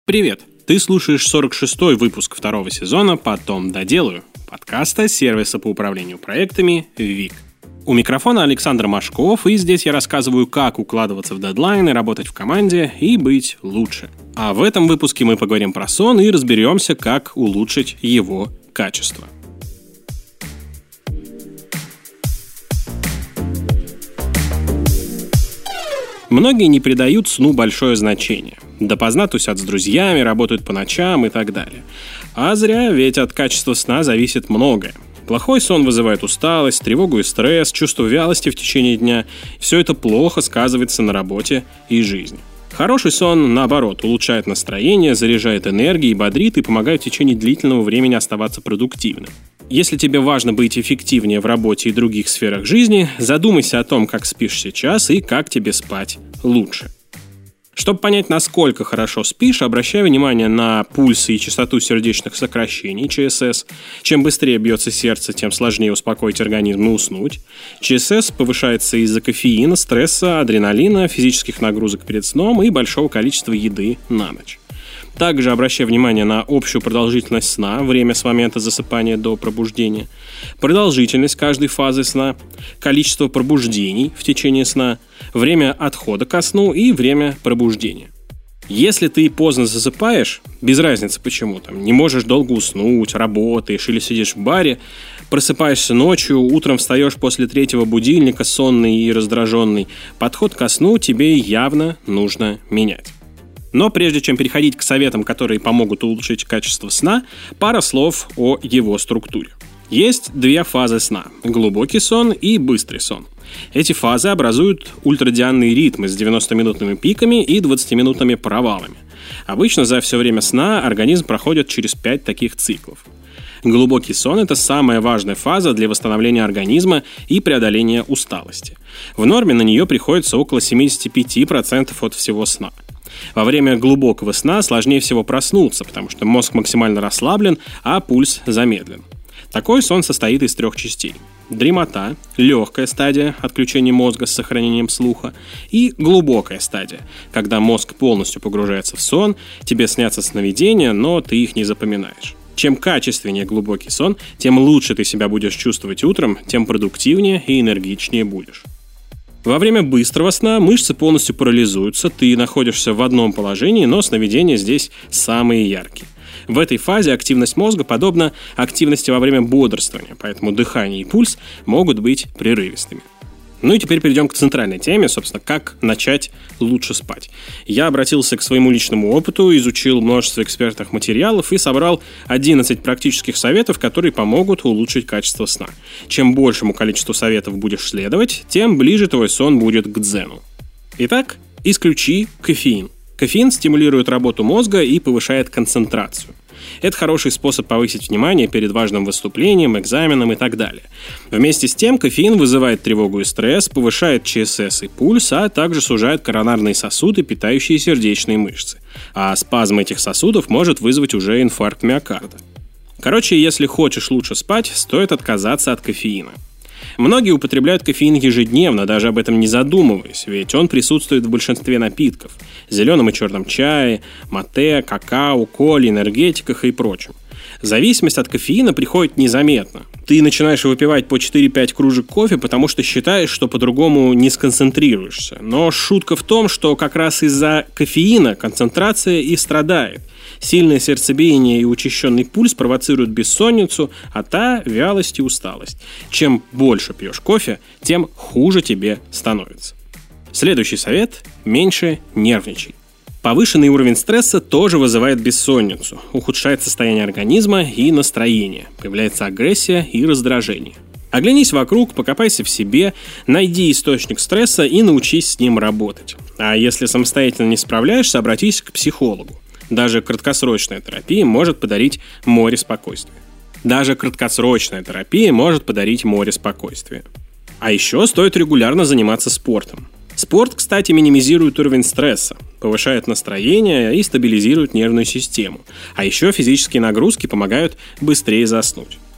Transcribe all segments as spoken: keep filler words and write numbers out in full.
Привет! Ты слушаешь сорок шестой выпуск второго сезона «Потом доделаю» подкаста сервиса по управлению проектами Вик. У микрофона Александр Машков, и здесь я рассказываю, как укладываться в дедлайны, работать в команде и быть лучше. А в этом выпуске мы поговорим про сон и разберемся, как улучшить его качество. Многие не придают сну большое значение. Допоздна тусят с друзьями, работают по ночам и так далее. А зря, ведь от качества сна зависит многое. Плохой сон вызывает усталость, тревогу и стресс, чувство вялости в течение дня. Все это плохо сказывается на работе и жизни. Хороший сон, наоборот, улучшает настроение, заряжает энергией, бодрит и помогает в течение длительного времени оставаться продуктивным. Если тебе важно быть эффективнее в работе и других сферах жизни, задумайся о том, как спишь сейчас и как тебе спать лучше. Чтобы понять, насколько хорошо спишь, обращай внимание на пульс и частоту сердечных сокращений, ЧСС. Чем быстрее бьется сердце, тем сложнее успокоить организм и уснуть. ЧСС повышается из-за кофеина, стресса, адреналина, физических нагрузок перед сном и большого количества еды на ночь. Также обращай внимание на общую продолжительность сна, время с момента засыпания до пробуждения, продолжительность каждой фазы сна, количество пробуждений в течение сна, время отхода ко сну и время пробуждения. Если ты поздно засыпаешь, без разницы почему, там, не можешь долго уснуть, работаешь или сидишь в баре, просыпаешься ночью, утром встаешь после третьего будильника, сонный и раздраженный, подход ко сну тебе явно нужно менять. Но прежде чем переходить к советам, которые помогут улучшить качество сна, пара слов о его структуре. Есть две фазы сна – глубокий сон и быстрый сон. Эти фазы образуют ультрадианный ритм с девяностоминутными пиками и двадцатиминутными провалами. Обычно за все время сна организм проходит через пять таких циклов. Глубокий сон – это самая важная фаза для восстановления организма и преодоления усталости. В норме на нее приходится около семьдесят пять процентов от всего сна. Во время глубокого сна сложнее всего проснуться, потому что мозг максимально расслаблен, а пульс замедлен. Такой сон состоит из трех частей. Дремота, легкая стадия отключения мозга с сохранением слуха, и глубокая стадия, когда мозг полностью погружается в сон, тебе снятся сновидения, но ты их не запоминаешь. Чем качественнее глубокий сон, тем лучше ты себя будешь чувствовать утром, тем продуктивнее и энергичнее будешь. Во время быстрого сна мышцы полностью парализуются, ты находишься в одном положении, но сновидения здесь самые яркие. В этой фазе активность мозга подобна активности во время бодрствования, поэтому дыхание и пульс могут быть прерывистыми. Ну и теперь перейдем к центральной теме, собственно, как начать лучше спать. Я обратился к своему личному опыту, изучил множество экспертных материалов и собрал одиннадцать практических советов, которые помогут улучшить качество сна. Чем большему количеству советов будешь следовать, тем ближе твой сон будет к дзену. Итак, исключи кофеин. Кофеин стимулирует работу мозга и повышает концентрацию. Это хороший способ повысить внимание перед важным выступлением, экзаменом и так далее. Вместе с тем, кофеин вызывает тревогу и стресс, повышает ЧСС и пульс, а также сужает коронарные сосуды, питающие сердечные мышцы. А спазм этих сосудов может вызвать уже инфаркт миокарда. Короче, если хочешь лучше спать, стоит отказаться от кофеина. Многие употребляют кофеин ежедневно, даже об этом не задумываясь, ведь он присутствует в большинстве напитков – зеленом и черном чае, матте, какао, коле, энергетиках и прочем. Зависимость от кофеина приходит незаметно. Ты начинаешь выпивать по четыре-пять кружек кофе, потому что считаешь, что по-другому не сконцентрируешься. Но шутка в том, что как раз из-за кофеина концентрация и страдает. Сильное сердцебиение и учащенный пульс провоцируют бессонницу, а та – вялость и усталость. Чем больше пьешь кофе, тем хуже тебе становится. Следующий совет – меньше нервничай. Повышенный уровень стресса тоже вызывает бессонницу, ухудшает состояние организма и настроение, появляется агрессия и раздражение. Оглянись вокруг, покопайся в себе, найди источник стресса и научись с ним работать. А если самостоятельно не справляешься, обратись к психологу. Даже краткосрочная терапия может подарить море спокойствия. Даже краткосрочная терапия может подарить море спокойствия. А еще стоит регулярно заниматься спортом. Спорт, кстати, минимизирует уровень стресса, повышает настроение и стабилизирует нервную систему. А еще физические нагрузки помогают быстрее заснуть.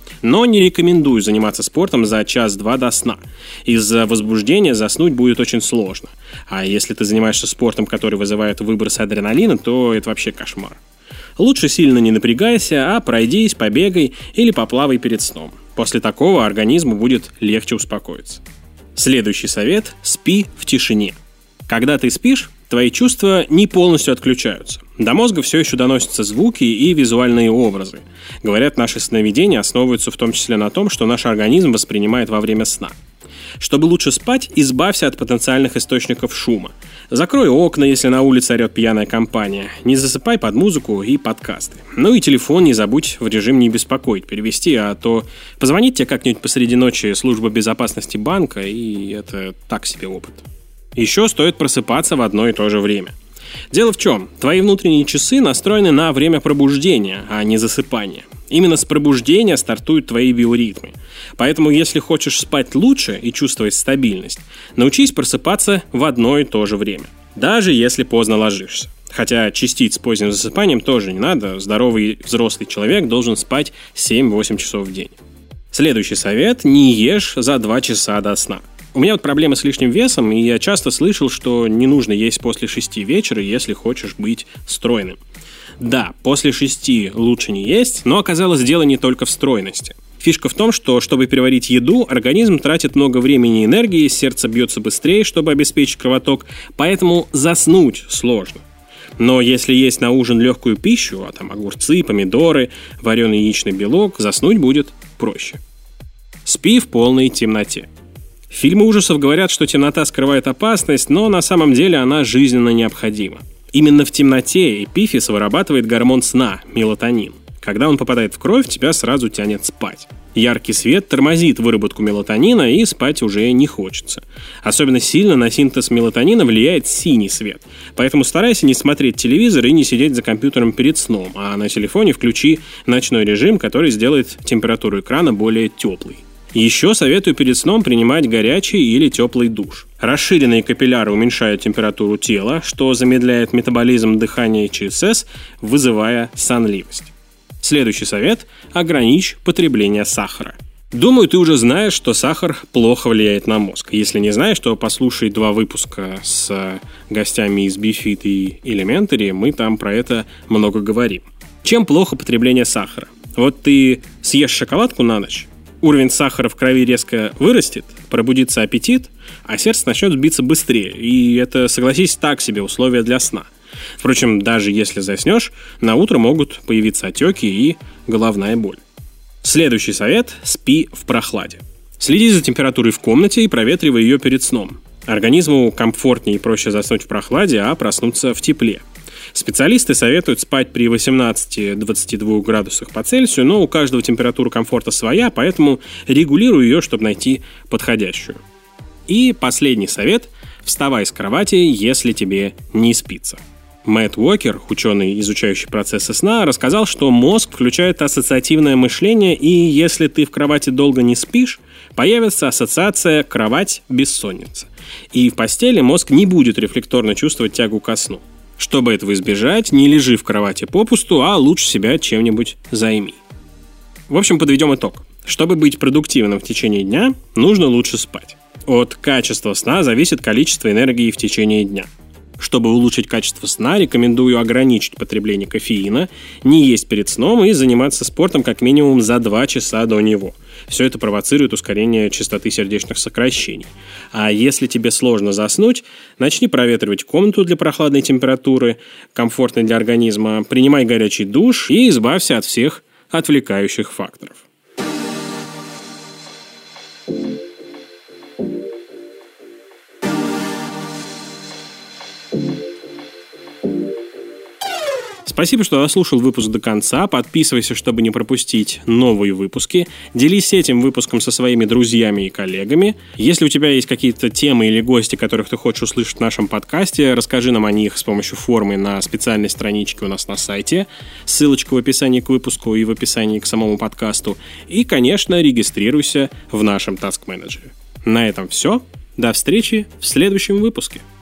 Но не рекомендую заниматься спортом за час-два до сна. Из-за возбуждения заснуть будет очень сложно. А если ты занимаешься спортом, который вызывает выброс адреналина, то это вообще кошмар. Лучше сильно не напрягайся, а пройдись, побегай или поплавай перед сном. После такого организму будет легче успокоиться. Следующий совет – спи в тишине. Когда ты спишь, твои чувства не полностью отключаются. До мозга все еще доносятся звуки и визуальные образы. Говорят, наши сновидения основываются в том числе на том, что наш организм воспринимает во время сна. Чтобы лучше спать, избавься от потенциальных источников шума. Закрой окна, если на улице орет пьяная компания. Не засыпай под музыку и подкасты. Ну и телефон не забудь в режим «не беспокоить» перевести, а то позвонит тебе как-нибудь посреди ночи служба безопасности банка, и это так себе опыт. Еще стоит просыпаться в одно и то же время. Дело в чем? Твои внутренние часы настроены на время пробуждения, а не засыпания. Именно с пробуждения стартуют твои биоритмы. Поэтому, если хочешь спать лучше и чувствовать стабильность, научись просыпаться в одно и то же время. Даже если поздно ложишься. Хотя чистить с поздним засыпанием тоже не надо. Здоровый взрослый человек должен спать семь-восемь часов в день. Следующий совет – не ешь за два часа до сна. У меня вот проблемы с лишним весом, и я часто слышал, что не нужно есть после шести вечера, если хочешь быть стройным. Да, после шести лучше не есть, но оказалось дело не только в стройности. Фишка в том, что, чтобы переварить еду, организм тратит много времени и энергии, сердце бьется быстрее, чтобы обеспечить кровоток, поэтому заснуть сложно. Но если есть на ужин легкую пищу, а там огурцы, помидоры, вареный яичный белок, заснуть будет проще. Спи в полной темноте. Фильмы ужасов говорят, что темнота скрывает опасность, но на самом деле она жизненно необходима. Именно в темноте эпифиз вырабатывает гормон сна – мелатонин. Когда он попадает в кровь, тебя сразу тянет спать. Яркий свет тормозит выработку мелатонина, и спать уже не хочется. Особенно сильно на синтез мелатонина влияет синий свет. Поэтому старайся не смотреть телевизор и не сидеть за компьютером перед сном, а на телефоне включи ночной режим, который сделает температуру экрана более теплой. Еще советую перед сном принимать горячий или теплый душ. Расширенные капилляры уменьшают температуру тела, что замедляет метаболизм дыхания и ЧСС, вызывая сонливость. Следующий совет – ограничь потребление сахара. Думаю, ты уже знаешь, что сахар плохо влияет на мозг. Если не знаешь, то послушай два выпуска с гостями из BeFit и Elementary, мы там про это много говорим. Чем плохо потребление сахара? Вот ты съешь шоколадку на ночь, уровень сахара в крови резко вырастет, пробудится аппетит, а сердце начнет биться быстрее. И это, согласись, так себе условия для сна. Впрочем, даже если заснешь, на утро могут появиться отеки и головная боль. Следующий совет – спи в прохладе. Следи за температурой в комнате и проветривай ее перед сном. Организму комфортнее и проще заснуть в прохладе, а проснуться в тепле. Специалисты советуют спать при восемнадцати-двадцати двух градусах по Цельсию, но у каждого температура комфорта своя, поэтому регулируй ее, чтобы найти подходящую. И последний совет – вставай с кровати, если тебе не спится. Мэтт Уокер, ученый, изучающий процессы сна, рассказал, что мозг включает ассоциативное мышление, и если ты в кровати долго не спишь, появится ассоциация «кровать-бессонница». И в постели мозг не будет рефлекторно чувствовать тягу ко сну. Чтобы этого избежать, не лежи в кровати попусту, а лучше себя чем-нибудь займи. В общем, подведем итог. Чтобы быть продуктивным в течение дня, нужно лучше спать. От качества сна зависит количество энергии в течение дня. Чтобы улучшить качество сна, рекомендую ограничить потребление кофеина, не есть перед сном и заниматься спортом как минимум за два часа до него. Все это провоцирует ускорение частоты сердечных сокращений. А если тебе сложно заснуть, начни проветривать комнату для прохладной температуры, комфортной для организма, принимай горячий душ и избавься от всех отвлекающих факторов. Спасибо, что дослушал выпуск до конца. Подписывайся, чтобы не пропустить новые выпуски. Делись этим выпуском со своими друзьями и коллегами. Если у тебя есть какие-то темы или гости, которых ты хочешь услышать в нашем подкасте, расскажи нам о них с помощью формы на специальной страничке у нас на сайте. Ссылочка в описании к выпуску и в описании к самому подкасту. И, конечно, регистрируйся в нашем Task Manager. На этом все. До встречи в следующем выпуске.